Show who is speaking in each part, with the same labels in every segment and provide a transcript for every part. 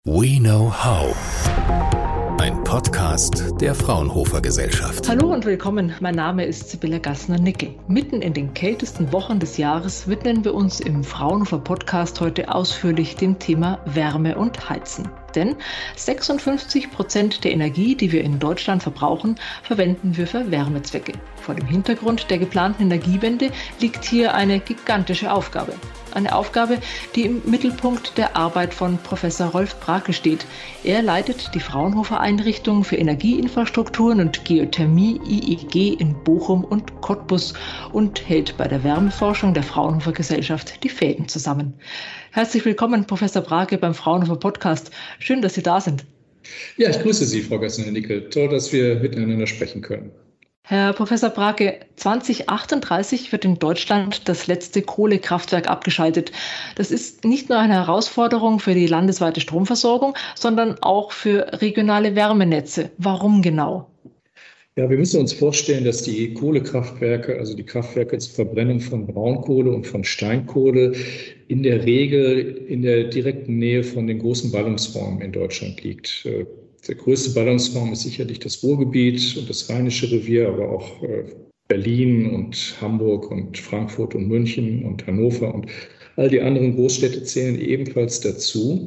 Speaker 1: We Know How. Ein Podcast der Fraunhofer Gesellschaft.
Speaker 2: Hallo und willkommen. Mein Name ist Sibylle Gassner-Nickel. Mitten in den kältesten Wochen des Jahres widmen wir uns im Fraunhofer Podcast heute ausführlich dem Thema Wärme und Heizen. Denn 56% der Energie, die wir in Deutschland verbrauchen, verwenden wir für Wärmezwecke. Vor dem Hintergrund der geplanten Energiewende liegt hier eine gigantische Aufgabe. Eine Aufgabe, die im Mittelpunkt der Arbeit von Professor Rolf Brake steht. Er leitet die Fraunhofer Einrichtung für Energieinfrastrukturen und Geothermie IEG in Bochum und Cottbus und hält bei der Wärmeforschung der Fraunhofer Gesellschaft die Fäden zusammen. Herzlich willkommen, Professor Brake, beim Fraunhofer Podcast. Schön, dass Sie da sind.
Speaker 3: Ja, ich grüße Sie, Frau Gassner-Nickel. Toll, dass wir miteinander sprechen können.
Speaker 2: Herr Professor Brake, 2038 wird in Deutschland das letzte Kohlekraftwerk abgeschaltet. Das ist nicht nur eine Herausforderung für die landesweite Stromversorgung, sondern auch für regionale Wärmenetze. Warum genau?
Speaker 3: Ja, wir müssen uns vorstellen, dass die Kohlekraftwerke, also die Kraftwerke zur Verbrennung von Braunkohle und von Steinkohle, in der Regel in der direkten Nähe von den großen Ballungsräumen in Deutschland liegt. Der größte Ballungsraum ist sicherlich das Ruhrgebiet und das Rheinische Revier, aber auch Berlin und Hamburg und Frankfurt und München und Hannover und all die anderen Großstädte zählen ebenfalls dazu.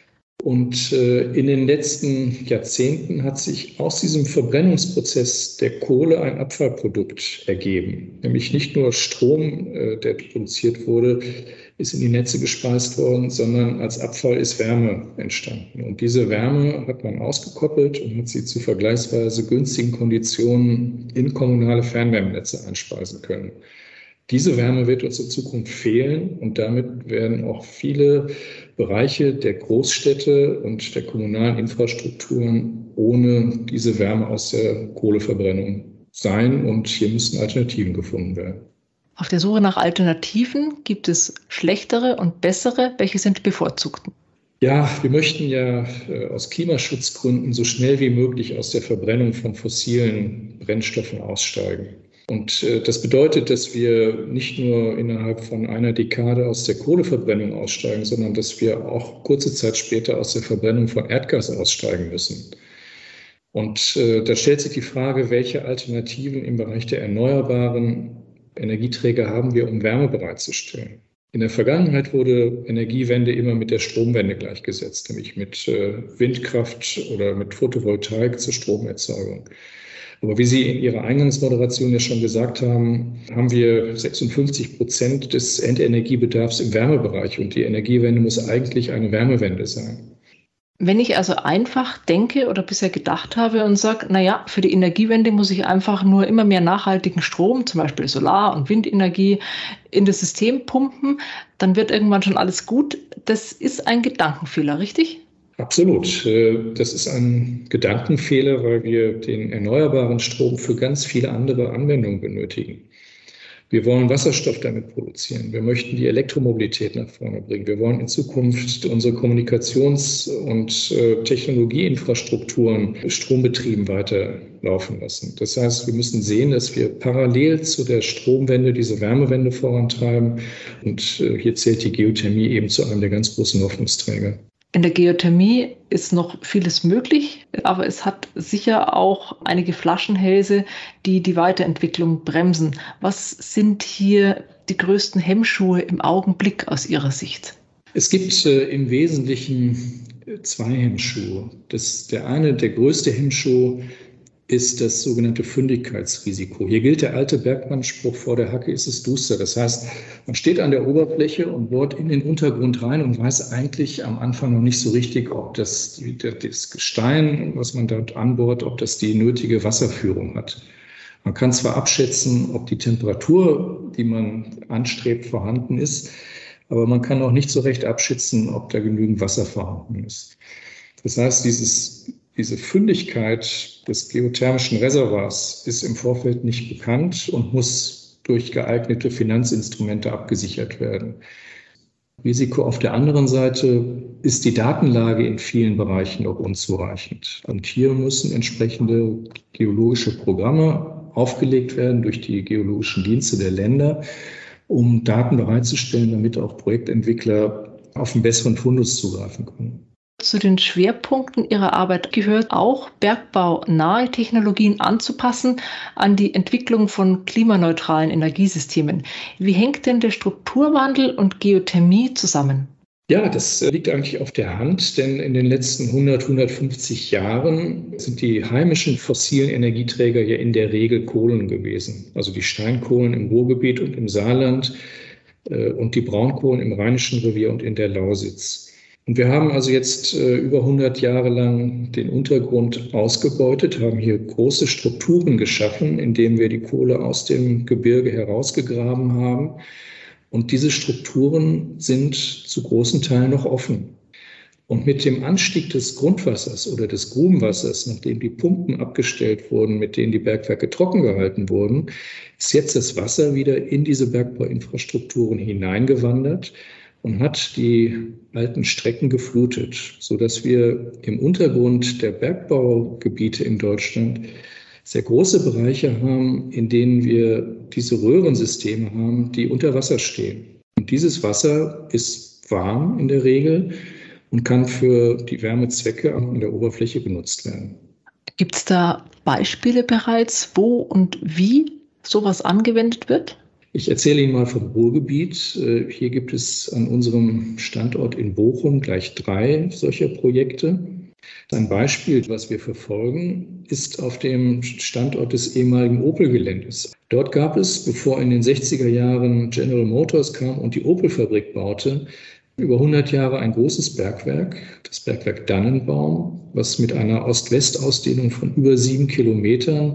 Speaker 3: Und in den letzten Jahrzehnten hat sich aus diesem Verbrennungsprozess der Kohle ein Abfallprodukt ergeben. Nämlich nicht nur Strom, der produziert wurde, ist in die Netze gespeist worden, sondern als Abfall ist Wärme entstanden. Und diese Wärme hat man ausgekoppelt und hat sie zu vergleichsweise günstigen Konditionen in kommunale Fernwärmenetze einspeisen können. Diese Wärme wird uns in Zukunft fehlen und damit werden auch viele Bereiche der Großstädte und der kommunalen Infrastrukturen ohne diese Wärme aus der Kohleverbrennung sein und hier müssen Alternativen gefunden werden.
Speaker 2: Auf der Suche nach Alternativen gibt es schlechtere und bessere. Welche sind die bevorzugten?
Speaker 3: Ja, wir möchten ja aus Klimaschutzgründen so schnell wie möglich aus der Verbrennung von fossilen Brennstoffen aussteigen. Und das bedeutet, dass wir nicht nur innerhalb von einer Dekade aus der Kohleverbrennung aussteigen, sondern dass wir auch kurze Zeit später aus der Verbrennung von Erdgas aussteigen müssen. Und da stellt sich die Frage, welche Alternativen im Bereich der erneuerbaren Energieträger haben wir, um Wärme bereitzustellen. In der Vergangenheit wurde Energiewende immer mit der Stromwende gleichgesetzt, nämlich mit Windkraft oder mit Photovoltaik zur Stromerzeugung. Aber wie Sie in Ihrer Eingangsmoderation ja schon gesagt haben, haben wir 56% des Endenergiebedarfs im Wärmebereich und die Energiewende muss eigentlich eine Wärmewende sein.
Speaker 2: Wenn ich also einfach denke oder bisher gedacht habe und sage, naja, für die Energiewende muss ich einfach nur immer mehr nachhaltigen Strom, zum Beispiel Solar- und Windenergie, in das System pumpen, dann wird irgendwann schon alles gut. Das ist ein Gedankenfehler, richtig?
Speaker 3: Absolut. Das ist ein Gedankenfehler, weil wir den erneuerbaren Strom für ganz viele andere Anwendungen benötigen. Wir wollen Wasserstoff damit produzieren. Wir möchten die Elektromobilität nach vorne bringen. Wir wollen in Zukunft unsere Kommunikations- und Technologieinfrastrukturen strombetrieben weiterlaufen lassen. Das heißt, wir müssen sehen, dass wir parallel zu der Stromwende diese Wärmewende vorantreiben. Und hier zählt die Geothermie eben zu einem der ganz großen Hoffnungsträger.
Speaker 2: In der Geothermie ist noch vieles möglich, aber es hat sicher auch einige Flaschenhälse, die die Weiterentwicklung bremsen. Was sind hier die größten Hemmschuhe im Augenblick aus Ihrer Sicht?
Speaker 3: Es gibt im Wesentlichen zwei Hemmschuhe. Der größte Hemmschuh ist das sogenannte Fündigkeitsrisiko. Hier gilt der alte Bergmann-Spruch, vor der Hacke ist es duster. Das heißt, man steht an der Oberfläche und bohrt in den Untergrund rein und weiß eigentlich am Anfang noch nicht so richtig, ob das Gestein, was man dort anbohrt, ob das die nötige Wasserführung hat. Man kann zwar abschätzen, ob die Temperatur, die man anstrebt, vorhanden ist, aber man kann auch nicht so recht abschätzen, ob da genügend Wasser vorhanden ist. Das heißt, diese Fündigkeit des geothermischen Reservoirs ist im Vorfeld nicht bekannt und muss durch geeignete Finanzinstrumente abgesichert werden. Risiko auf der anderen Seite ist die Datenlage in vielen Bereichen noch unzureichend. Und hier müssen entsprechende geologische Programme aufgelegt werden durch die geologischen Dienste der Länder, um Daten bereitzustellen, damit auch Projektentwickler auf einen besseren Fundus zugreifen können.
Speaker 2: Zu den Schwerpunkten Ihrer Arbeit gehört auch, bergbaunahe Technologien anzupassen an die Entwicklung von klimaneutralen Energiesystemen. Wie hängt denn der Strukturwandel und Geothermie zusammen?
Speaker 3: Ja, das liegt eigentlich auf der Hand, denn in den letzten 150 Jahren sind die heimischen fossilen Energieträger ja in der Regel Kohlen gewesen. Also die Steinkohlen im Ruhrgebiet und im Saarland und die Braunkohlen im Rheinischen Revier und in der Lausitz. Und wir haben also jetzt über 100 Jahre lang den Untergrund ausgebeutet, haben hier große Strukturen geschaffen, indem wir die Kohle aus dem Gebirge herausgegraben haben. Und diese Strukturen sind zu großen Teilen noch offen. Und mit dem Anstieg des Grundwassers oder des Grubenwassers, nachdem die Pumpen abgestellt wurden, mit denen die Bergwerke trocken gehalten wurden, ist jetzt das Wasser wieder in diese Bergbauinfrastrukturen hineingewandert und hat die alten Strecken geflutet, sodass wir im Untergrund der Bergbaugebiete in Deutschland sehr große Bereiche haben, in denen wir diese Röhrensysteme haben, die unter Wasser stehen. Und dieses Wasser ist warm in der Regel und kann für die Wärmezwecke an der Oberfläche genutzt werden.
Speaker 2: Gibt es da Beispiele bereits, wo und wie sowas angewendet wird?
Speaker 3: Ich erzähle Ihnen mal vom Ruhrgebiet. Hier gibt es an unserem Standort in Bochum gleich 3 solcher Projekte. Ein Beispiel, was wir verfolgen, ist auf dem Standort des ehemaligen Opel-Geländes. Dort gab es, bevor in den 60er Jahren General Motors kam und die Opel-Fabrik baute, über 100 Jahre ein großes Bergwerk, das Bergwerk Dannenbaum, was mit einer Ost-West-Ausdehnung von über 7 Kilometern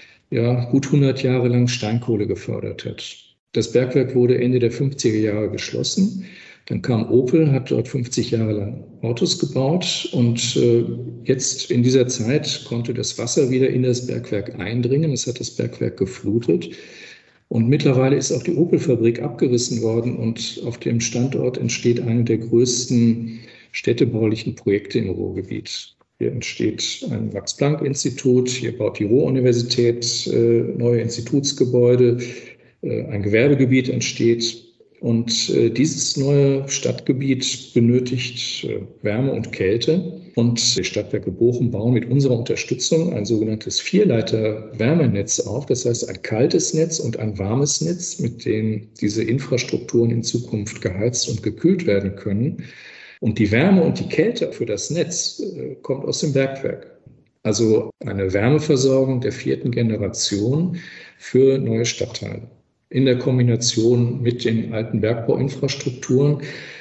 Speaker 3: gut 100 Jahre lang Steinkohle gefördert hat. Das Bergwerk wurde Ende der 50er Jahre geschlossen. Dann kam Opel, hat dort 50 Jahre lang Autos gebaut und jetzt in dieser Zeit konnte das Wasser wieder in das Bergwerk eindringen. Es hat das Bergwerk geflutet und mittlerweile ist auch die Opel-Fabrik abgerissen worden und auf dem Standort entsteht eine der größten städtebaulichen Projekte im Ruhrgebiet. Hier entsteht ein Max-Planck-Institut, hier baut die Ruhr-Universität neue Institutsgebäude, ein Gewerbegebiet entsteht. Und dieses neue Stadtgebiet benötigt Wärme und Kälte. Und die Stadtwerke Bochum bauen mit unserer Unterstützung ein sogenanntes Vierleiter-Wärmenetz auf. Das heißt ein kaltes Netz und ein warmes Netz, mit dem diese Infrastrukturen in Zukunft geheizt und gekühlt werden können. Und die Wärme und die Kälte für das Netz kommt aus dem Bergwerk. Also eine Wärmeversorgung der 4. Generation für neue Stadtteile in der Kombination mit den alten Bergbauinfrastrukturen.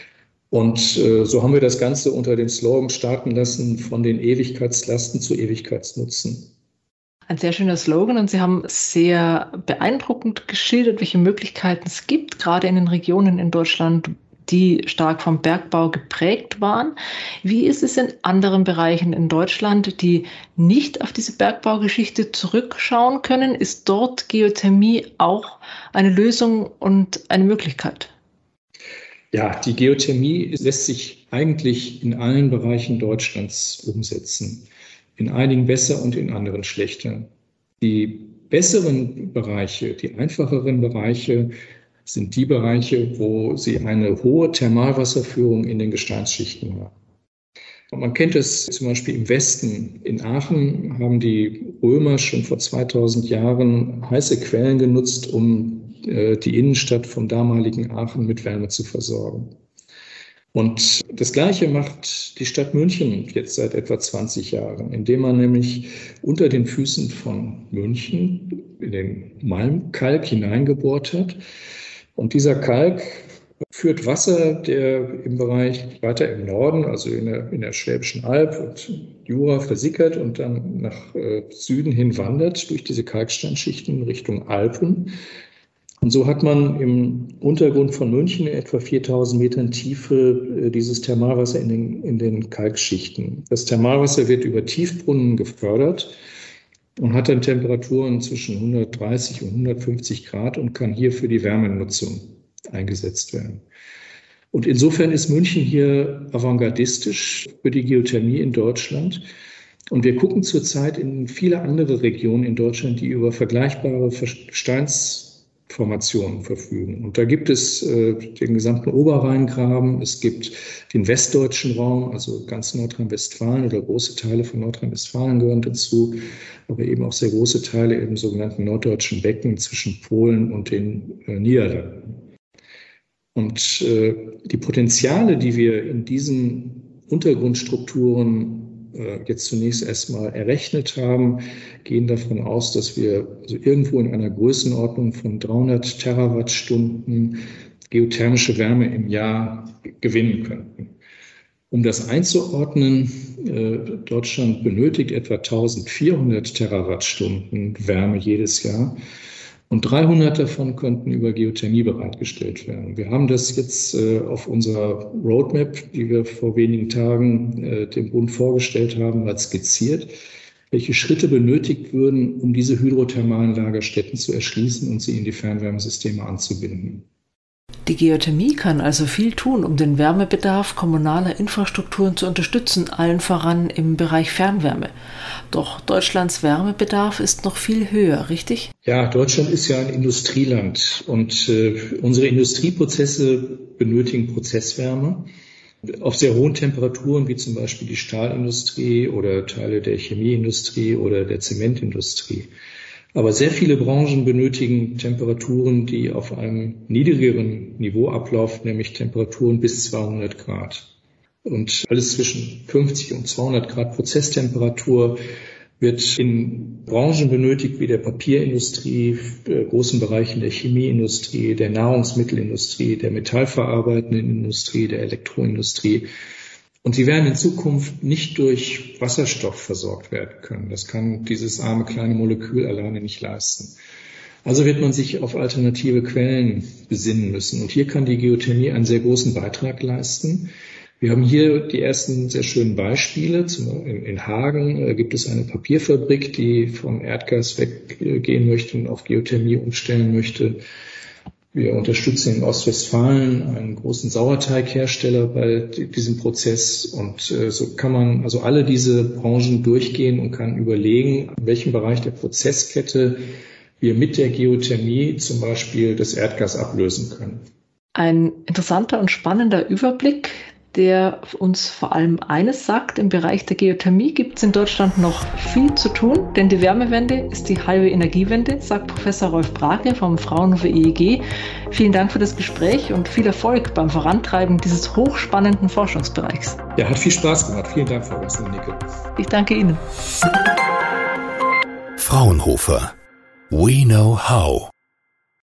Speaker 3: Und so haben wir das Ganze unter dem Slogan starten lassen, von den Ewigkeitslasten zu Ewigkeitsnutzen.
Speaker 2: Ein sehr schöner Slogan und Sie haben sehr beeindruckend geschildert, welche Möglichkeiten es gibt, gerade in den Regionen in Deutschland, die stark vom Bergbau geprägt waren. Wie ist es in anderen Bereichen in Deutschland, die nicht auf diese Bergbaugeschichte zurückschauen können? Ist dort Geothermie auch eine Lösung und eine Möglichkeit?
Speaker 3: Ja, die Geothermie lässt sich eigentlich in allen Bereichen Deutschlands umsetzen. In einigen besser und in anderen schlechter. Die besseren Bereiche, die einfacheren Bereiche, sind die Bereiche, wo sie eine hohe Thermalwasserführung in den Gesteinsschichten haben. Und man kennt es zum Beispiel im Westen. In Aachen haben die Römer schon vor 2000 Jahren heiße Quellen genutzt, um die Innenstadt vom damaligen Aachen mit Wärme zu versorgen. Und das Gleiche macht die Stadt München jetzt seit etwa 20 Jahren, indem man nämlich unter den Füßen von München in den Malmkalk hineingebohrt hat. Und dieser Kalk führt Wasser, der im Bereich weiter im Norden, also in der Schwäbischen Alb und Jura versickert und dann nach Süden hin wandert durch diese Kalksteinschichten Richtung Alpen. Und so hat man im Untergrund von München in etwa 4000 Metern Tiefe dieses Thermalwasser in den Kalkschichten. Das Thermalwasser wird über Tiefbrunnen gefördert und hat dann Temperaturen zwischen 130 und 150 Grad und kann hier für die Wärmenutzung eingesetzt werden. Und insofern ist München hier avantgardistisch für die Geothermie in Deutschland. Und wir gucken zurzeit in viele andere Regionen in Deutschland, die über vergleichbare Formationen verfügen. Und da gibt es den gesamten Oberrheingraben, es gibt den westdeutschen Raum, also ganz Nordrhein-Westfalen oder große Teile von Nordrhein-Westfalen gehören dazu, aber eben auch sehr große Teile im sogenannten norddeutschen Becken zwischen Polen und den Niederlanden. Und die Potenziale, die wir in diesen Untergrundstrukturen jetzt zunächst erstmal errechnet haben, gehen davon aus, dass wir also irgendwo in einer Größenordnung von 300 Terawattstunden geothermische Wärme im Jahr gewinnen könnten. Um das einzuordnen, Deutschland benötigt etwa 1400 Terawattstunden Wärme jedes Jahr. Und 300 davon könnten über Geothermie bereitgestellt werden. Wir haben das jetzt auf unserer Roadmap, die wir vor wenigen Tagen dem Bund vorgestellt haben, mal skizziert, welche Schritte benötigt würden, um diese hydrothermalen Lagerstätten zu erschließen und sie in die Fernwärmesysteme anzubinden.
Speaker 2: Die Geothermie kann also viel tun, um den Wärmebedarf kommunaler Infrastrukturen zu unterstützen, allen voran im Bereich Fernwärme. Doch Deutschlands Wärmebedarf ist noch viel höher, richtig?
Speaker 3: Ja, Deutschland ist ja ein Industrieland und unsere Industrieprozesse benötigen Prozesswärme. Auf sehr hohen Temperaturen, wie zum Beispiel die Stahlindustrie oder Teile der Chemieindustrie oder der Zementindustrie. Aber sehr viele Branchen benötigen Temperaturen, die auf einem niedrigeren Niveau ablaufen, nämlich Temperaturen bis 200 Grad. Und alles zwischen 50 und 200 Grad Prozesstemperatur wird in Branchen benötigt wie der Papierindustrie, großen Bereichen der Chemieindustrie, der Nahrungsmittelindustrie, der metallverarbeitenden Industrie, der Elektroindustrie. Und sie werden in Zukunft nicht durch Wasserstoff versorgt werden können. Das kann dieses arme kleine Molekül alleine nicht leisten. Also wird man sich auf alternative Quellen besinnen müssen. Und hier kann die Geothermie einen sehr großen Beitrag leisten. Wir haben hier die ersten sehr schönen Beispiele. In Hagen gibt es eine Papierfabrik, die vom Erdgas weggehen möchte und auf Geothermie umstellen möchte. Wir unterstützen in Ostwestfalen einen großen Sauerteighersteller bei diesem Prozess. Und so kann man also alle diese Branchen durchgehen und kann überlegen, in welchem Bereich der Prozesskette wir mit der Geothermie zum Beispiel das Erdgas ablösen können.
Speaker 2: Ein interessanter und spannender Überblick, der uns vor allem eines sagt: Im Bereich der Geothermie gibt es in Deutschland noch viel zu tun, denn die Wärmewende ist die halbe Energiewende, sagt Professor Rolf Brake vom Fraunhofer IEG. Vielen Dank für das Gespräch und viel Erfolg beim Vorantreiben dieses hochspannenden Forschungsbereichs.
Speaker 3: Ja, hat viel Spaß gemacht. Vielen Dank, Frau Gassner-Nickel.
Speaker 2: Ich danke Ihnen.
Speaker 1: Fraunhofer. We know how.